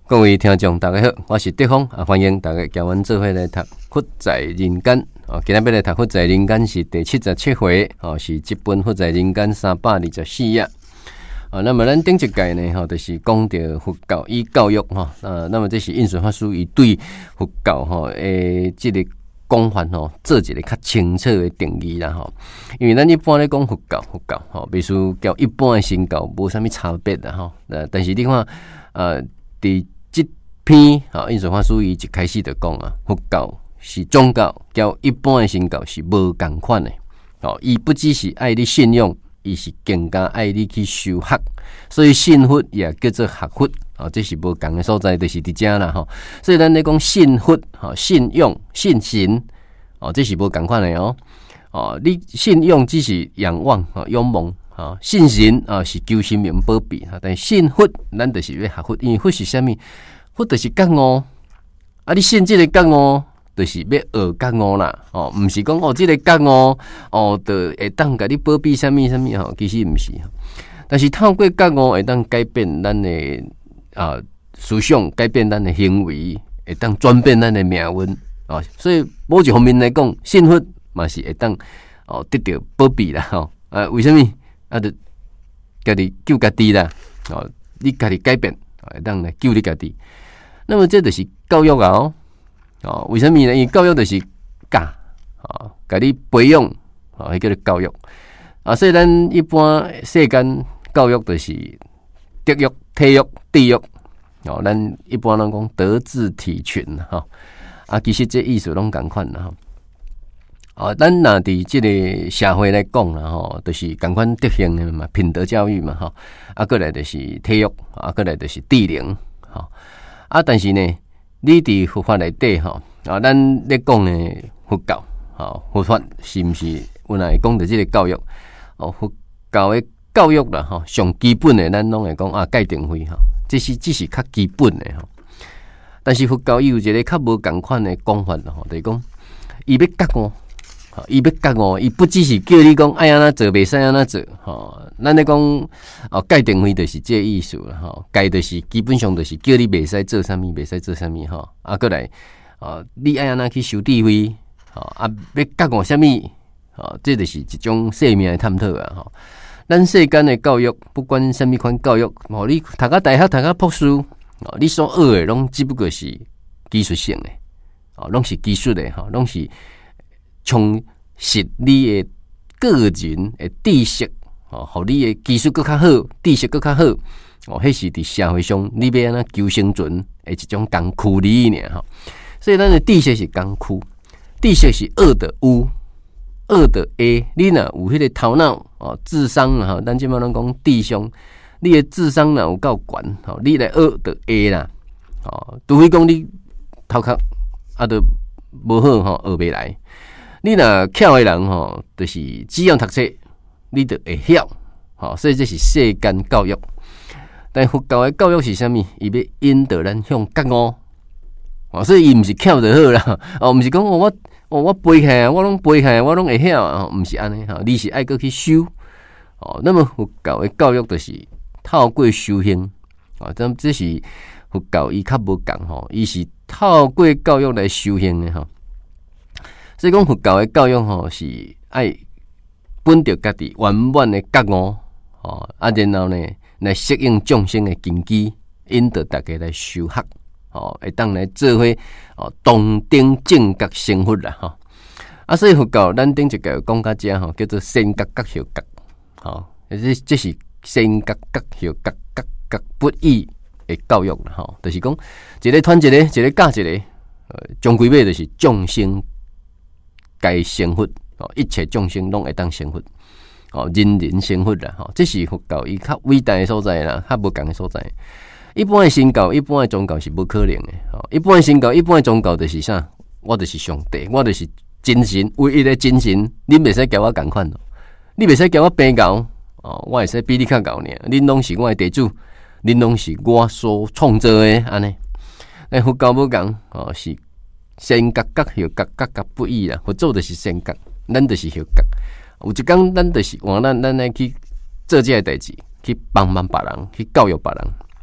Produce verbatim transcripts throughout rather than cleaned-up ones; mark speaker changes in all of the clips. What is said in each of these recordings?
Speaker 1: 各位听众大家好，我是德峰啊，欢迎大家交阮做伙来读《佛在人间》啊。今日要来读《佛在人间》是第七十七回啊，是这本《佛在人间》三百二十四页啊。那么咱顶一届呢，吼，就是讲到佛教与教育哈啊。那么这是印顺法师伊对佛教吼诶，这个讲法吼，做一个较清楚的定义啦吼。因为咱一般咧讲佛教，佛教吼，必须交一般的神教无啥物差别啦吼。但是你看啊，伫这篇啊，印顺法师伊一开始就讲啊，佛教是宗教，交一般的神教是无共款的。哦，伊不只是爱你信用，伊是更加爱你去修学，所以信佛也叫做学佛。哦，这是无共的所在，就是伫遮啦吼。所以咱咧讲信佛、吼信用、信神，哦，这是无共款的哦。哦，你信用只是仰望、哦仰望。啊，信神啊是求神明保庇啊，但信佛咱就是要学佛，因为佛是啥物？佛就是觉悟啊！你信这个觉悟，就是要学觉悟啦。哦，唔是讲哦，这个觉悟哦，就会当甲你保庇啥物啥物吼，其实唔是。但是透过觉悟会当改变咱的啊思想，改变咱的行为，会当转变咱的命运啊。所以某一方面来讲，信佛嘛是会当哦得到保庇啦。吼啊，为什么？啊，就家己救家己啦！哦，你家己改变，会当来救你家己。那么这就是教育啊！哦，哦，为什么呢？因为教育就是教啊，家己培养啊，迄叫做教育啊。所以咱一般世间教育就是德育、体育、地育哦。咱一般人讲德智体群哈啊，其实这意思拢共款啦哈。哦，咱若伫即个社会来讲啦，吼，就是共款德行的嘛，品德教育嘛，吼，啊，过来就是体育，啊，过来就是地灵，吼，啊，但是呢，你伫佛法内底，吼，啊，咱咧讲呢佛教，吼，佛法是毋是有哪会讲到即个教育？哦，佛教的教育啦，吼，上基本的咱拢会讲啊，戒定慧，吼，这是只是较基本的吼。但是佛教伊有一个较无共款的讲法啦，吼，就是讲伊要觉悟。伊要觉悟，伊不只是叫你讲爱安怎做，袂使安怎做。吼，咱咧讲哦，戒定慧就是这个意思啦。吼，戒就是基本上就是叫你袂使做啥物，袂使做啥物。吼，啊，过来哦，你爱安怎去修智慧。吼，啊，要觉悟啥物？吼，这就是一种生命的探讨啊。吼，咱世间的教育，不管啥物款教育，吼，你读到大学，读到博士，哦，你所学的拢只不过是技术性的，哦，拢是技术的，吼，拢是。充实你的个人的知识，哦，互你的技术更较好，知识更较好，哦，迄是伫社会上你要安怎求生存的一种工具而已吼。所以咱的知识是工具，知识是学的有，学的会。你若有迄个头脑哦，智商啦，吼，咱即摆拢讲智商，你的智商若有够悬，吼，你来学的会啦，哦，除非讲你头壳啊都无好吼，学袂来。你若巧的人吼，就是只要读册，你就会晓，吼，所以这是世间教育。但佛教的教育是啥物？伊要引导咱向觉悟，哦，所以伊毋是巧就好啦，哦，毋是讲我我我背起来，我拢背起来，我拢会晓，哦，毋是安尼吼，你是爱过去修，哦，那么佛教的教育就是透过修行，哦，这这是佛教伊较无共吼，伊是透过教育来修行的吼。所以讲佛教的教育吼，是爱本着家己圆满的觉悟，哦，啊，然后呢来适应众生的根基，引导大家来修学，哦，会当来做伙哦，同登正觉成佛啦，吼。啊，所以佛教咱顶一个讲到这吼，叫做先觉觉后觉，吼，这这是先觉觉后觉，觉觉不异的教育啦，吼，就是讲一个传一个，一个教一个，呃，终归尾就是众生。该成佛哦，一切众生拢会当成佛哦，人人成佛啦！吼，这是佛教伊较伟大的所在啦，较无共的所在。一般的神教、一般的宗教是不可能的哦。一般的神教、一般的宗教就是啥？我就是上帝，我就是真神，唯一的真神。你袂使叫我共款哦，你袂使叫我变高哦，我会使比你较高呢。恁拢是我的地主，恁拢是我所创造的安尼。但佛教无共哦，是。先觉觉后觉，觉觉不异啦。佛祖就是先觉，咱就是后觉。有一天，咱就是换咱咱来去做这个代志，去帮忙别人，去教育别人。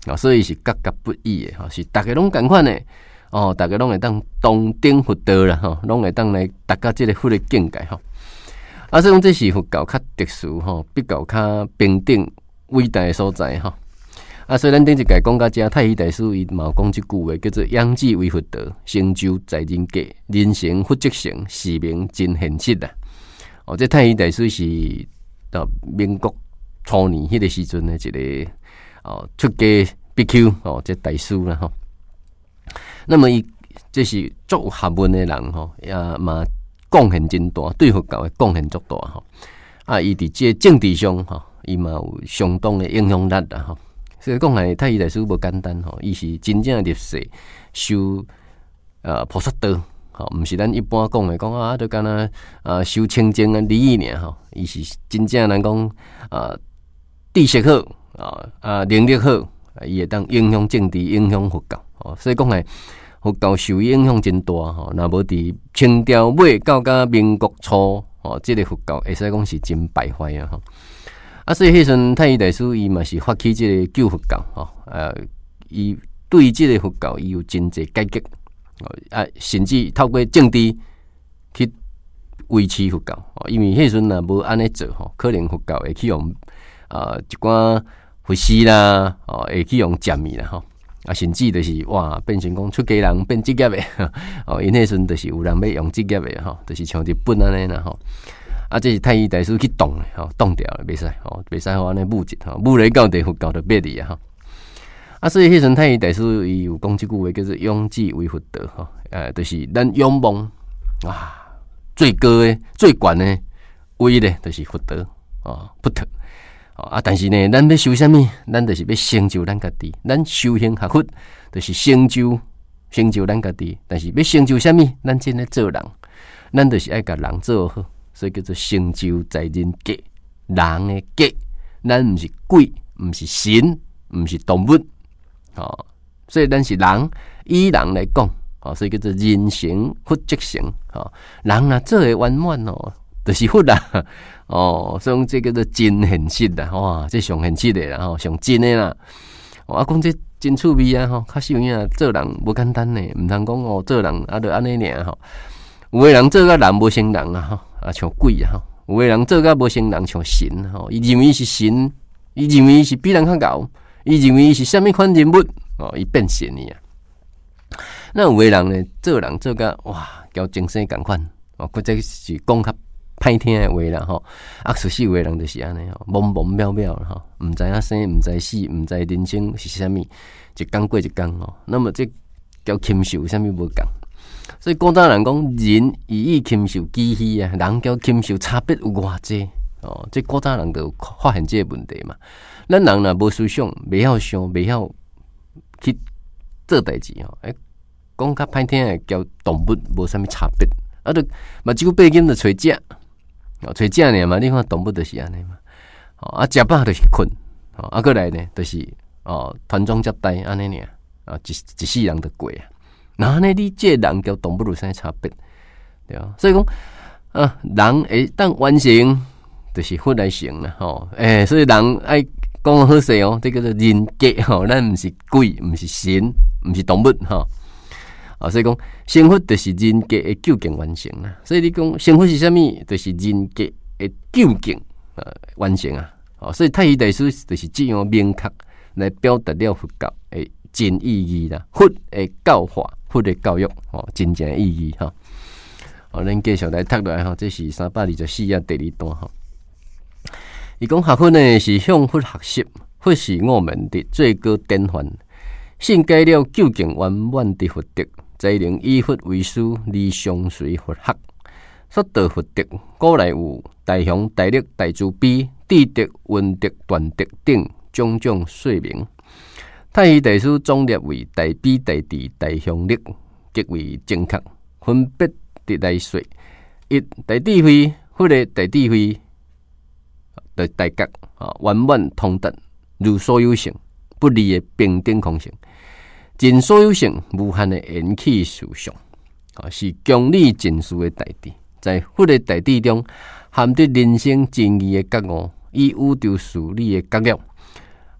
Speaker 1: 啊，所以是格格不入的，是大家拢同款的哦，大家拢会当同顶佛道啦，吼，拢会当来达到这个佛的境界吼。啊，所以讲这是佛教较特殊吼，比较较平等伟大的所在吼。啊，所以咱顶一届讲到这，太虚大师伊嘛讲一句话，叫做仰止为佛道，成就在人界，人成佛即成，是名真现实啦。哦，这太虚大师是到民国初年迄个时阵的一个哦出家比丘哦，这大师啦吼。那么伊这是做学问的人吼，也嘛贡献真大，对佛教的贡献足大吼。啊，伊伫这政治上吼，伊嘛有相当的影响力啦吼。所以讲来，太虚大师无简单吼，伊是真正入世修呃菩萨道吼，毋是咱一般讲的讲啊，就干那啊修清净啊礼仪尔吼，伊是真正咱讲啊知识好啊啊能力好，伊会当影响政治、影响佛教哦。所以讲来，佛教受影响真大吼。若无伫清朝尾到甲民国初哦，即、这个佛教会使讲是真败坏啊吼。啊，所以迄阵太虚大师伊嘛是发起即个救佛教吼，呃，伊对即个佛教伊有真侪改革，啊，甚至透过政治去维持佛教，因为迄阵若无安尼做吼，可能佛教会去用啊一寡佛师啦，哦，会去用占咪啦吼，啊，甚至就是哇变成讲出家人变职业诶，哦，因迄阵就是有人要用职业诶吼，就是像日本安尼啦吼。啊，这是太虚大师去动的吼，动掉了，袂使吼，袂使互安尼误解吼，误来到地佛教就灭去啊吼。啊，所以迄阵太虚大师伊有讲一句话叫做仰止为佛道吼，诶，就是咱仰望啊最高的、最悬的唯一的，就是佛道哦，不特啊。但是呢，咱要修啥物？咱就是要成就咱家己，咱修行学佛，就是成就成就咱家己。但是要成就啥物？咱真咧做人，咱就是爱甲人做好。所以叫做成就在人格，人的格，咱毋是鬼，毋是神，毋是动物，哦，所以咱是人，以人来讲，哦，所以叫做人成佛即成，哦，人若做会圆满哦，就是佛啦，哦，所以这叫做真现实啦，哇，这上现实的啦，吼，上真的啦，我讲这真趣味啊，吼，较实有影做人无简单呢，毋通讲哦，做人啊，就安尼尔吼。有个人做甲人无成人啊，吼啊像鬼啊，吼；有个人做甲无成人像神吼，伊认为是神，伊认为是比人较高，伊认为是啥物款人物哦，伊变神伊啊。那有个人呢，做人做甲哇，交精神共款哦，或者是讲较歹听的话啦吼。啊，实际有个人就是安尼吼，懵懵渺渺啦吼，毋知影生，毋知死，毋知人生是啥物，一天过一天哦。那么这交禽兽啥物无共？所以古早人讲人以以禽兽几虚啊，人交禽兽差别有偌济哦。这古早人就有发现这个问题嘛。咱人若无思想，袂晓想，袂晓去做代志哦。诶，讲较歹听诶，交动物无啥物差别。啊，就嘛，即个背景就找食哦，找食呢嘛。你看动物就是安尼嘛。哦，啊，食饱就是困。哦，啊，过来呢，就是哦，传宗接代安尼尔啊，一一世人就过啊。那呢？你这人交动物有啥差别？对啊，所以讲啊，人会当完成，就是佛来成啦，吼。诶、欸，所以人爱讲好势哦，这个叫做人格吼，咱毋是鬼，毋是神，毋是动物吼。啊，所以讲成佛就是人格的究竟完成啦。所以你讲成佛是啥物？就是人格的究竟呃完成啊。哦，所以太虚大师就是这样明确来表达了佛教诶真意义啦，佛的教化。佛的教育哦，真正的意义哈。哦，咱继续来读落来哈，这是三百二十四页第二段哈。伊讲学佛呢是向佛学习，佛是我们的最高典范，信解了究竟圆满的佛德，才能以佛为师，而相随佛学，说道佛德。古来有大雄、大力、大慈悲、智德、温德、断德等种种说明。太虚大师总列为大悲、大智、大雄力，极为正确，分别地来说：一、大智慧，佛的大智慧的大觉啊，圆满通达，如所有性，不离的平等空性，尽所有性，无限的缘起实相啊，是公理尽事的大智。在佛的大智中，含着人生真义的觉悟，以宇宙事理的觉了。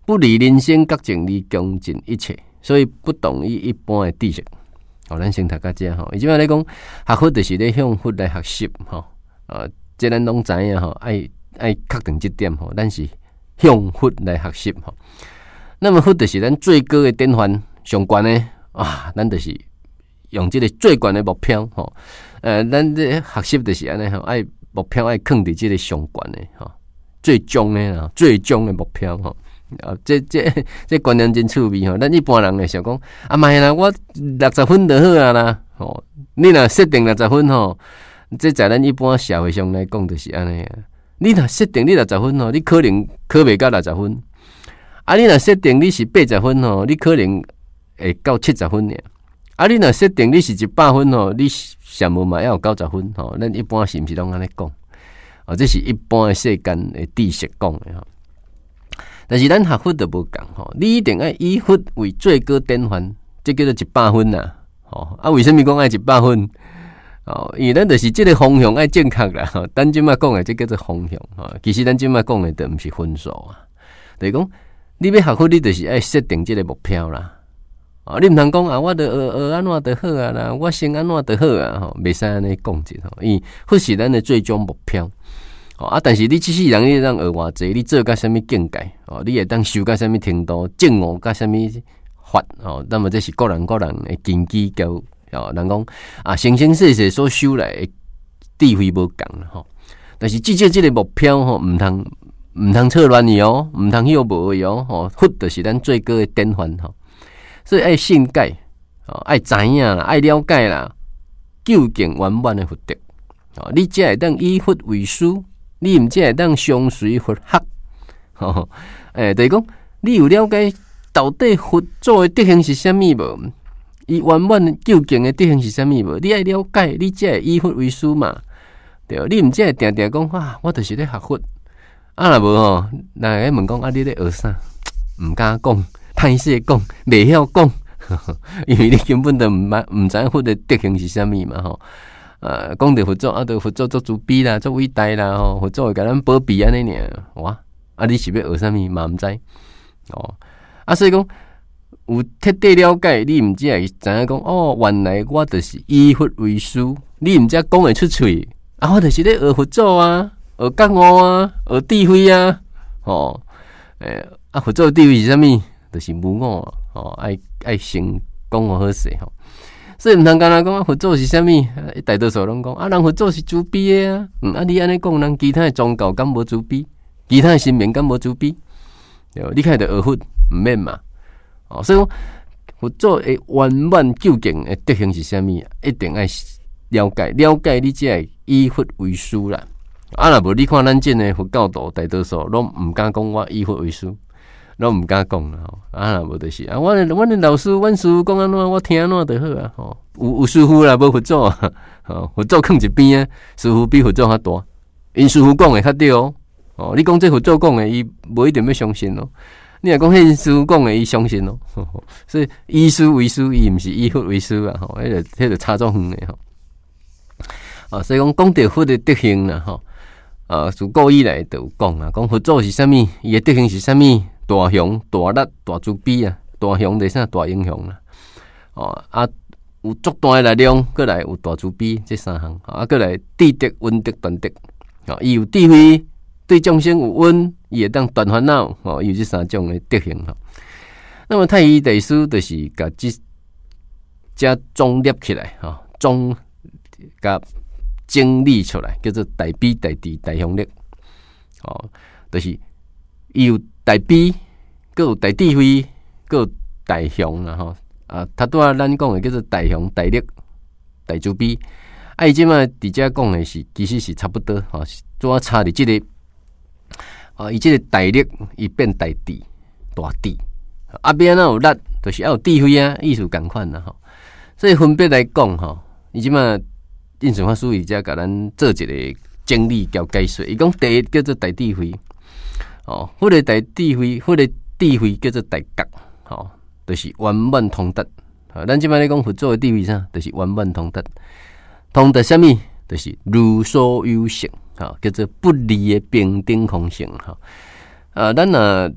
Speaker 1: 不离人生角情理，穷尽一切，所以不同于一般的知识。哦，咱先读到这吼。伊即摆咧讲学佛就是咧向佛来学习吼。啊，即咱拢知影吼，爱爱确定即点吼，咱是向佛来学习吼。那么佛就是咱最高的典范，上悬的啊，咱就是用即个最悬的目标吼。呃，咱咧学习就是安尼吼，爱目标爱放伫即个上悬的吼，最终的啦，最终的目标吼。啊，这这这观念真趣味吼！咱一般人会想讲，啊，妈啦，我六十分就好啊啦。吼，你若设定六十分吼，这在咱一般社会上来讲就是安尼啊。你若设定你六十分吼，你可能考袂到六十分；啊，你若设定你是八十分吼，你可能会到七十分尔。啊，你若设定你是一百分吼，你上无嘛要有九十分吼。咱一般是毋是拢安尼讲？哦，这是一般的世间的知识讲的吼。但是咱学佛就无共吼，你一定要以佛为最高典范，这叫做一百分呐。吼啊，为什么讲爱一百分？哦，因为咱就是这个方向爱正确啦。吼，咱即摆讲的这叫做方向。吼，其实咱即摆讲的都毋是分数啊。就是讲，你要学佛，你就是爱设定这个目标啦。哦，你毋通讲啊，我得学学安怎就好啊啦，我先安怎就好啊。吼，袂使安尼讲者吼，因为佛是咱的最终目标。哦啊！但是你即世人，你当学偌济，你做到什么境界？哦，你会当修到什么程度？证悟到什么法？哦，那么这是个人个人的根基交哦。人讲啊，生生世世所修来的智慧无共啦吼。但是至少这个目标吼，毋通毋通错乱去哦，毋通虚无去哦。吼，佛就是咱最高的典范吼。所以爱信解哦，爱知影啦，爱了解啦，究竟圆满的佛德哦，你才会当以佛为师。你毋只会当相随佛学，吼，诶，就是讲你有了解到底佛祖的德行是啥物无？伊圆满究竟的德行是啥物无？你爱了解，你才会以佛为师嘛，对。你毋只会定定讲啊，我就是咧学佛，啊，若无吼，那个问讲啊，你咧学啥？毋敢讲，歹势讲，袂晓讲，因为你根本就毋毋知佛的德行是啥物嘛，吼。呃，讲到佛祖啊，到佛祖做慈悲啦，做伟大啦，吼，佛祖会甲咱保庇安尼尔，哇！啊，你是要学啥物嘛？毋知哦。啊，所以讲有彻底了解，你毋只会知影讲哦，原来我就是以佛为师，你毋只讲会出喙啊，我就是咧学佛祖啊，学觉悟啊，学智慧啊，吼，诶，啊，佛祖的智慧是啥物？就是无我啊，吼，爱爱先讲我好势吼。所以毋通干那讲佛祖是啥物？大多数拢讲啊，人佛祖是慈悲的啊。嗯，啊，你安尼讲，人其他的宗教敢无慈悲？其他的神明敢无慈悲？对，你开始学佛毋免嘛。哦，所以讲佛祖的圆满究竟的德行是啥物？一定爱了解，了解你才会以佛为师啦。啊，若无你看咱这的佛教徒，大多数拢毋敢讲我以佛为师。拢毋敢讲啦吼，啊，若无就是啊，我我的老师，阮师傅讲安怎，我听安怎就好啊，吼，有有师傅啦，无佛祖啊，吼，佛祖囥一边啊，师傅比佛祖较大，因师傅讲的较对哦，哦，你讲这佛祖讲的，伊无一定要相信哦，你若讲迄师傅讲的，伊相信哦，呵呵，所以以师为师，伊毋是以佛为师啊，吼，迄个迄个差足远的吼，啊，所以讲讲到佛的德行啦，吼，啊，自古以来就有讲啊，讲佛祖是啥物，伊的德行是啥物？大雄、大力、大慈悲啊！大雄就是啥？大英雄啦！哦啊，有足大的力量，过来有大慈悲，这三项啊，过来智德、温德、断德啊，伊有智慧，对众生有温，伊会当断烦恼哦，伊有这三种的德行哈。那么太乙大师就是甲这这总列起来哈，总甲整理出来，叫做大悲、大智、大雄力哦，就是伊有。大悲，佮有大智慧，佮有大雄啦吼啊！他拄仔咱讲的叫做大雄、大力、大慈悲。啊，伊即卖伫遮讲的是，其实是差不多吼，主要差伫即个啊，伊即个大力伊变大智、大智。啊，变哪有力，就是要有智慧啊，意思共款啦吼。所以分别来讲吼，伊即卖印顺法师伊遮甲咱做一个整理交解说。伊讲第一叫做大智慧。哦，迄个大智慧，迄个智慧叫做大觉，吼，就是圆满通达。啊，咱即摆咧讲佛祖的智慧啥，就是圆满通达。通达啥物？就是如所有性，吼，叫做不离的平等空性，吼。啊，咱若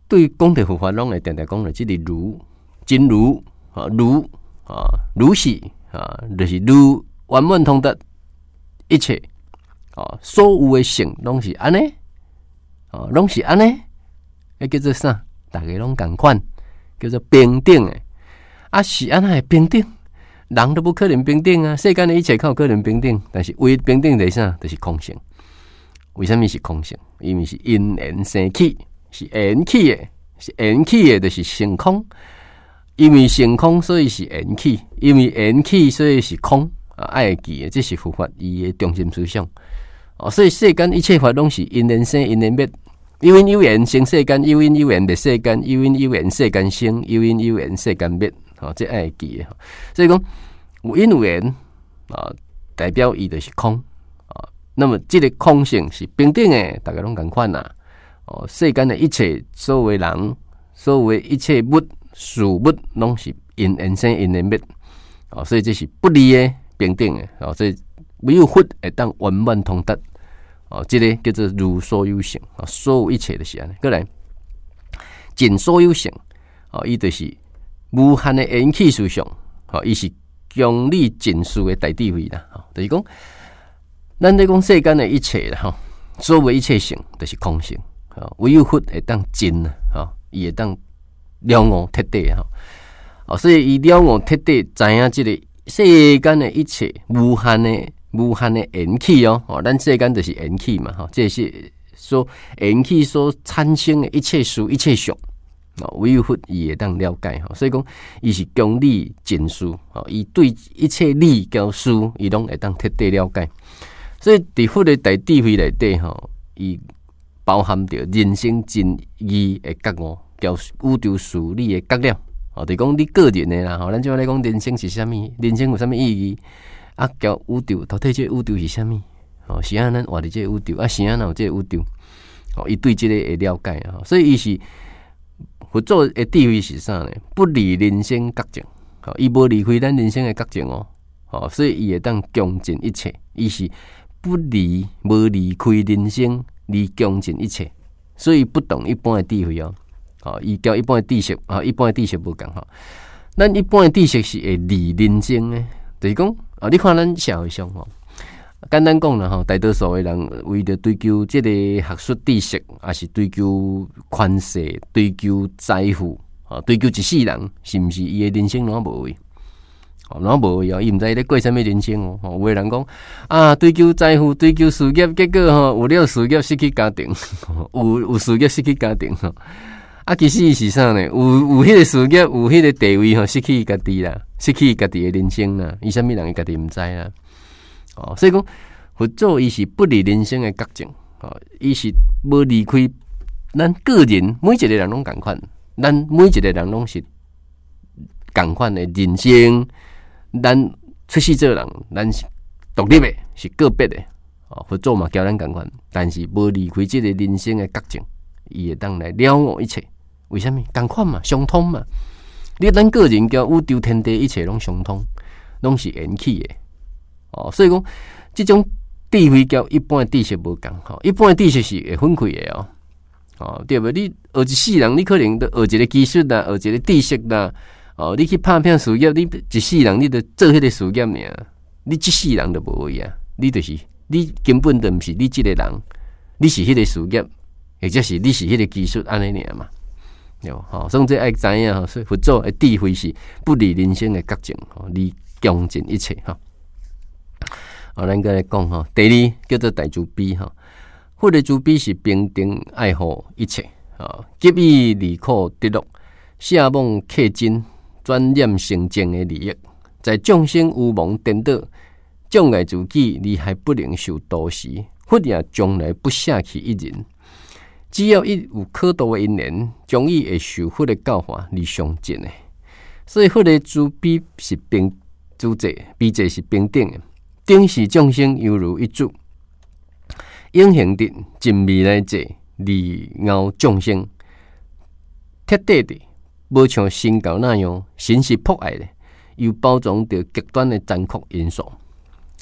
Speaker 1: 对讲的佛法拢会定定讲了，即个如真如啊，如啊，如是啊，就是如圆满通达一切啊，所有的性拢是安尼啊，拢是安尼，迄叫做啥？大家拢共款，叫做平等的。啊，是安那平等？人都不可能平等啊！世间的一切靠可能平等，但是唯平等是啥？就是空性。为什么是空性？因为是因缘生起，是缘起的，是缘起的，就是成空。因为成空，所以是缘起；因为缘起，所以是空。啊，爱记的，这是佛法伊的中心思想。哦，所以世间一切法拢是因缘生，因缘灭。有因有缘生世间，有因有缘灭世间，有因有缘世间生，有因有缘世间灭。哦，这爱记的。所以讲有因有缘啊，代表伊就是空啊。那么这个空性是平等的，大家拢共款啦。哦，世间的一切所有的人，所有的一切物事物，拢是因缘生因缘灭。哦，所以这是不离的。平等的哦，所以唯有佛会当圆满通达哦，这个叫做如所有性啊，所有一切就是安尼。过来，尽所有性哦，伊就是无限的缘起思想哦，伊是公理尽事的大智慧啦。哦，就是讲，咱咧讲世间的一切啦，吼，所有一切性就是空性哦，唯有佛会当尽啊，哦，伊会当了悟彻底哈。哦，所以伊了悟彻底，知影这个。世间的一切无限的、无限的缘起哦，哦，咱世间就是缘起嘛，哈，这是说缘起所产生的一切事、一切相，哦，唯有佛伊会当了解哈，所以讲伊是公理尽事，哦，伊对一切理交事，伊拢会当彻底了解。所以伫佛的大智慧内底，吼，伊包含着人生真义的觉悟，交宇宙事理的觉了。哦，就是讲你个人的啦，吼，咱就来讲人生是啥物，人生有啥物意义？啊，交宇宙，到底这个宇宙是啥物？哦，是啊，咱活伫这个宇宙，啊，是啊，有这个宇宙，哦，伊对这个会了解啊，所以伊是佛祖的智慧是啥呢？不离人生觉境，哦，伊无离开咱人生的觉境哦，哦，所以伊会当穷尽一切，伊是不离无离开人生，离穷尽一切，所以不同一般的智慧哦。哦，伊交一般的知识啊，一般的知识无共吼。咱一般的知识是会理人生的，就是讲啊，你看咱社会上吼，简单讲啦吼，大多数的人为着追求这个学术知识，还是追求权势、追求财富啊，追求一世人，是毋是伊的人生拢无位？哦，拢无位哦，伊毋知咧过啥物人生哦。有个人讲啊，追求财富、追求事业，结果吼有了事业失去家庭，有有事业失去家庭吼。啊，其实是啥呢？有有迄个事业，有迄个地位吼，失去家己啦，失去家己的人生啦，伊啥物人伊家己毋知啦。哦，所以讲佛祖伊是不离人生的觉境，哦，伊是无离开咱个人，每一个人拢共款，咱每一个人拢是共款的人生，咱出世做人，咱是独立的，是个别的。哦，佛祖嘛教咱共款，但是无离开这个人生的觉境，伊会当来了悟一切。为什么？共款嘛，相通嘛。你咱个人交宇宙天地一切拢相通，拢是缘起的。哦，所以讲，这种智慧交一般的知识无共吼，一般的知识是会分开的哦。哦，对不？你学一世人，你可能都学一个技术啦，学一个知识啦。哦，你去拍片事业，你一世人你都做迄个事业尔，你一世人都无位啊。你就是你根本就毋是你这个人，你是迄个事业，或者是你是迄个技术安尼尔嘛。有吼，所以这爱知影吼，所以佛祖的智慧是不离人生的觉境，吼，离穷尽一切吼。哦，咱个来讲吼，第二叫做大慈悲吼，佛的慈悲是平等爱护一切，哦，给予离苦得乐，下望克真，专念成正的利益，在众生有梦颠倒，障碍自己，你还不能受度时，佛也从来不舍弃一人。只要伊有可度的因缘，将伊会受佛的教化而相尽的。所以佛的慈悲是平主者，悲者是平等的，顶视众生犹如一珠，永恒的尽未来者，利后众生，彻底的无像神教那样神是迫害的，又包装着极端的残酷因素。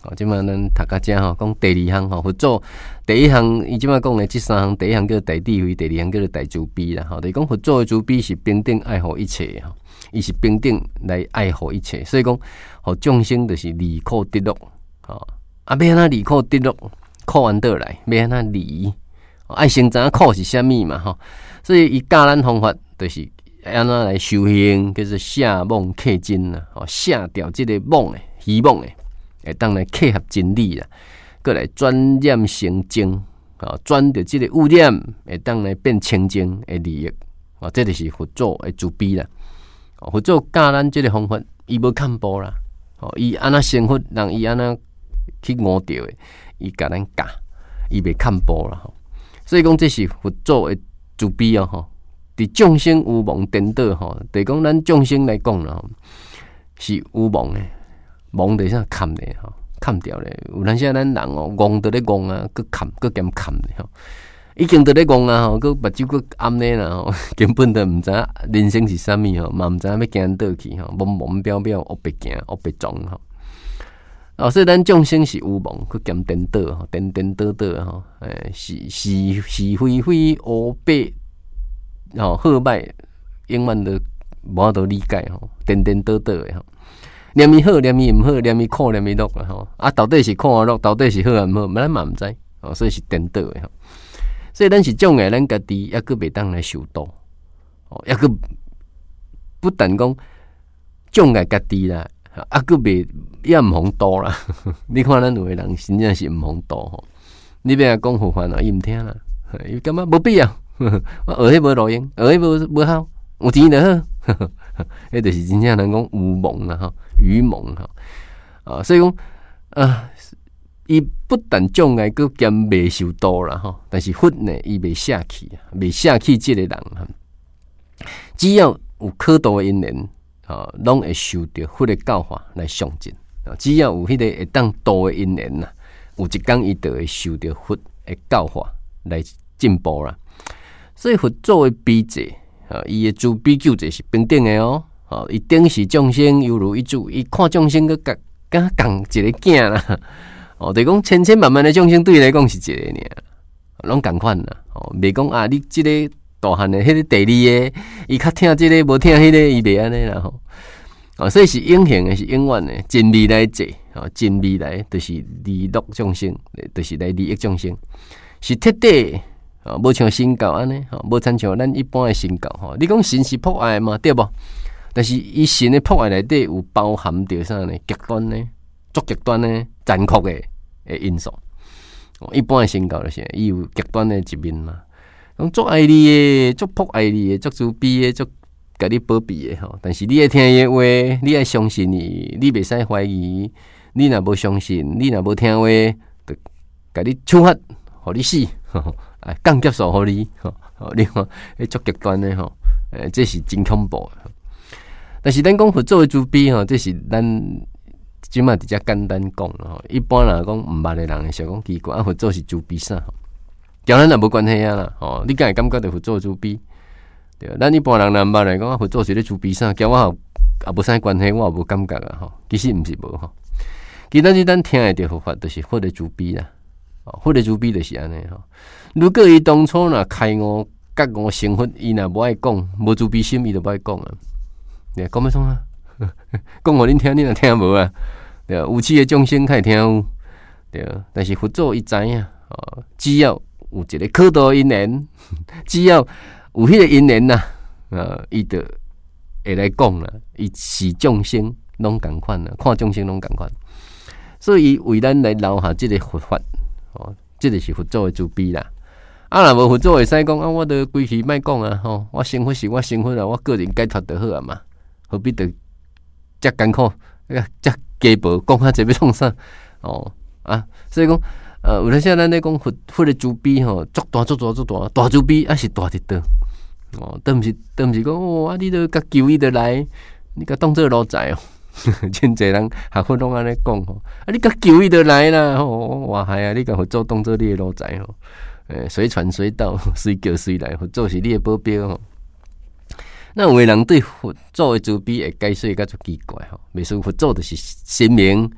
Speaker 1: 哦，即摆咱读到遮吼，讲第二项吼，佛祖第一项，伊即摆讲的即三项，第一项叫大智慧，第二项叫做大慈悲啦。吼，就是讲佛祖的慈悲是平等爱护一切吼，伊是平等来爱护一切，所以讲，互众生就是离苦得乐。吼，啊，要安怎离苦得乐？苦完倒来，要安怎离？爱先知影苦是啥物嘛？吼，所以伊教咱方法就是安怎来修行，叫做下妄克真啦。吼，下掉即个妄诶，虚妄诶。会当来契合真理啦，过来转念成净，啊，转着即个污染，会当来变清净的利益，啊，这就是佛祖的慈悲啦。佛祖教咱即个方法，伊无看破啦，哦，伊安那生活，人伊安那去悟着的，伊甲咱教，伊袂看破啦。所以讲，这是佛祖的慈悲啊！吼，伫众生有梦颠倒吼，就讲咱众生来讲啦，是有梦的。妄在啥砍咧吼，砍掉咧。有阵时咱人哦，戆在咧戆啊，佮砍，佮兼砍咧吼。已经在咧戆啊吼，佮目睭佮暗咧啦吼，根本就毋知人生是啥物吼，嘛毋知要行倒去吼，懵懵标标，黑白行，黑白撞吼。哦，所以咱众生是有梦，佮兼颠倒吼，颠颠倒倒吼，诶，是是是非非，黑白吼，好歹，永远都无法度理解吼，颠颠倒倒诶吼。念伊好，念伊毋好，念伊苦，念伊乐啦吼。啊，到底是苦啊乐，到底是好啊毋好，咱嘛毋知哦，所以是颠倒的吼。所以咱是障碍咱家己，抑佫袂当来受道哦，抑佫不但讲障碍家己啦，啊佫袂也毋通道啦。你看咱有诶人真正是毋通道吼。你要讲佛法啊，伊毋听啦，伊感觉无必要。我学迄无路用，学迄无无效，有钱就好。迄就是真正人讲有梦啦，吼，愚蒙哈啊，所以讲啊，伊不但障碍，佮兼未受道啦，吼。但是佛呢，伊未舍弃，未舍弃即个人哈。只要有可道的因缘，啊，拢会受到佛的教法来上进。啊，只要有迄个会当道的因缘呐，有一天伊就会受到佛的教法来进步啦。所以佛祖的悲者。啊，伊的慈悲救者是平等的哦。哦，伊顶视众生犹如一主，伊看众生个甲甲共一个囝啦。哦，就是讲千千万万的众生对伊来讲是一个尔，拢共款啦。哦，袂讲啊，你即个大汉的，迄个第二个，伊较听即个，无听迄个，伊袂安尼啦吼。哦，所以是永恒的，是永远的，真未来者。哦，真未来就是利乐众生，就是来利益众生，是彻底。啊，无像神教安尼，吼，无参像咱一般的神教吼。你讲神是博爱嘛，对无？但是伊神的博爱内底有包含着啥呢？极端呢，足极端呢，残酷的诶因素。一般的神教就是伊有极端的一面嘛，讲足爱你的，足博爱你的，足慈悲的，足甲你保庇的吼。但是你爱听伊的话，你爱相信伊，你袂使怀疑。你若无相信，你若无听话，就甲你处罚，互你死。哎，降级数互你，吼，你看，迄足极端的吼，诶，这是真恐怖的。但是咱讲佛祖的慈悲吼，这是咱即马直接简单讲吼。一般人讲毋捌的人会想讲奇怪，啊，佛祖是慈悲啥？交咱也无关系啊啦，吼，你敢会感觉到佛祖慈悲？对，咱一般人若毋捌来讲啊，佛祖是咧慈悲啥？交我也无啥关系，我也无感觉啊，吼。其实毋是无吼，其实是咱听的着佛法，就是佛的慈悲啦。哦，佛的慈悲就是安尼吼。如果伊当初若开悟、觉悟成佛，伊若无爱讲，无慈悲心，伊就无爱讲啊。对，讲要创啊？讲互恁听，恁若听无啊？对，有趣的众生较会听有。对，但是佛祖伊知影，哦，只要有一个可道因缘，只要有迄个因缘呐，啊，伊就会来讲啦。伊视众生拢共款啦，看众生拢共款，所以伊为咱来留下即个佛法。哦，这就是佛祖的慈悲啦。啊，若无佛祖会使讲啊，我著规气莫讲啊，吼，我成佛是我成佛啊，我个人解脱就好啊嘛，何必得遮艰苦、遮家暴，讲较济要创啥？哦啊，所以讲，呃，有阵时咱咧讲佛佛的慈悲吼，足大足大足大，大慈悲啊是大伫倒哦，都毋是都毋是讲哦，啊，你著甲求伊著来，你甲当做老仔哦。真侪人学佛拢安尼讲吼，啊！你甲求伊就来啦吼，哇嗨啊！你甲佛祖当做你的老仔吼，诶，随传随到，随叫随来，佛祖是你的保镖吼。那有个人对佛祖的慈悲会解释甲足奇怪吼，袂说佛祖就是神明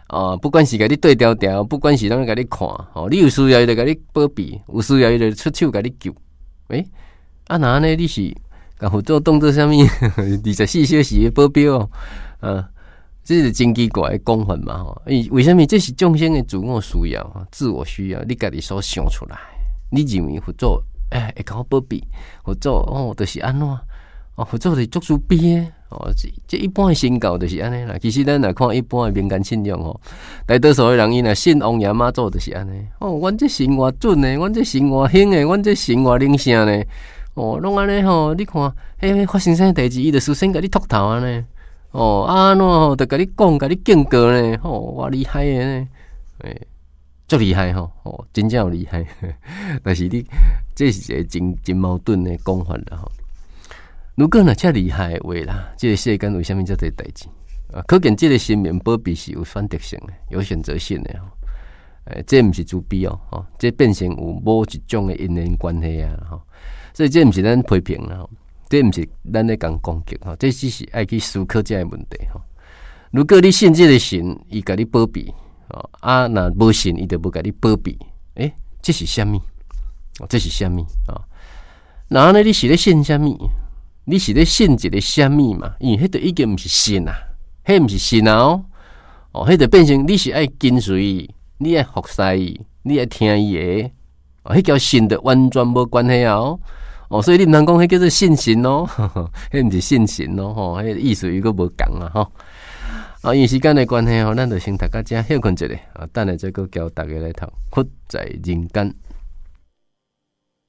Speaker 1: 哦，不管是甲你对调调，不管是啷个甲你看，哦，你有需要伊就甲你保庇，有需要伊就出手甲你救。诶、欸，啊那呢？你是甲辅助当做啥物？二十四小时的保镖哦，啊，这是真奇怪的讲法嘛吼。诶，为什么这是众生的自我需要、自我需要？你家己所想出来，你认为辅助诶会甲我保庇？辅助哦，就是安怎？哦，辅助是足自卑的。哦，这这一般的信教就是安尼啦。其实咱来看一般的民间信仰吼，大多数的人伊若信王爷妈祖就是安尼。哦，阮这神偌准呢，阮这神偌兴的，阮这神偌灵性呢。哦，拢安尼吼，你看，迄发生啥代志，伊就事先甲你秃头安尼。哦，啊，喏吼，就甲你讲，甲你警告呢。吼，偌厉害的呢，诶，足厉害吼，哦，真正有厉害。但是你这是一个真真矛盾的讲法啦吼。如果若遮厉害的话啦，这个世间为虾米遮多代志啊？可见这个生命保庇是有选择性的、有选择性的吼。诶，这毋是自卑哦，吼，这变成有某一种的因缘关系啊，吼。所以这毋是咱批评啦，吼，这毋是咱咧讲攻击吼，这只是爱去思考这个问题吼。如果你信这个神，伊甲你保庇，哦，啊，若无信，伊就无甲你保庇，诶，这是虾米？这是虾米啊？然后呢，你是咧信虾米？你是咧信一个虾米嘛？因为迄个已经毋是信啊，迄毋是信啊哦，哦，迄个变成你是爱跟随，你爱服侍伊，你爱听伊的，哦，迄叫信的完全无关系啊哦，哦，所以你毋通讲迄叫做信神哦，迄毋是信神哦，吼，迄意思又个无共啊吼。啊，因为时间的关系吼，咱就先读到这，休困一下啊，等下再个教大家来读《活在人间》。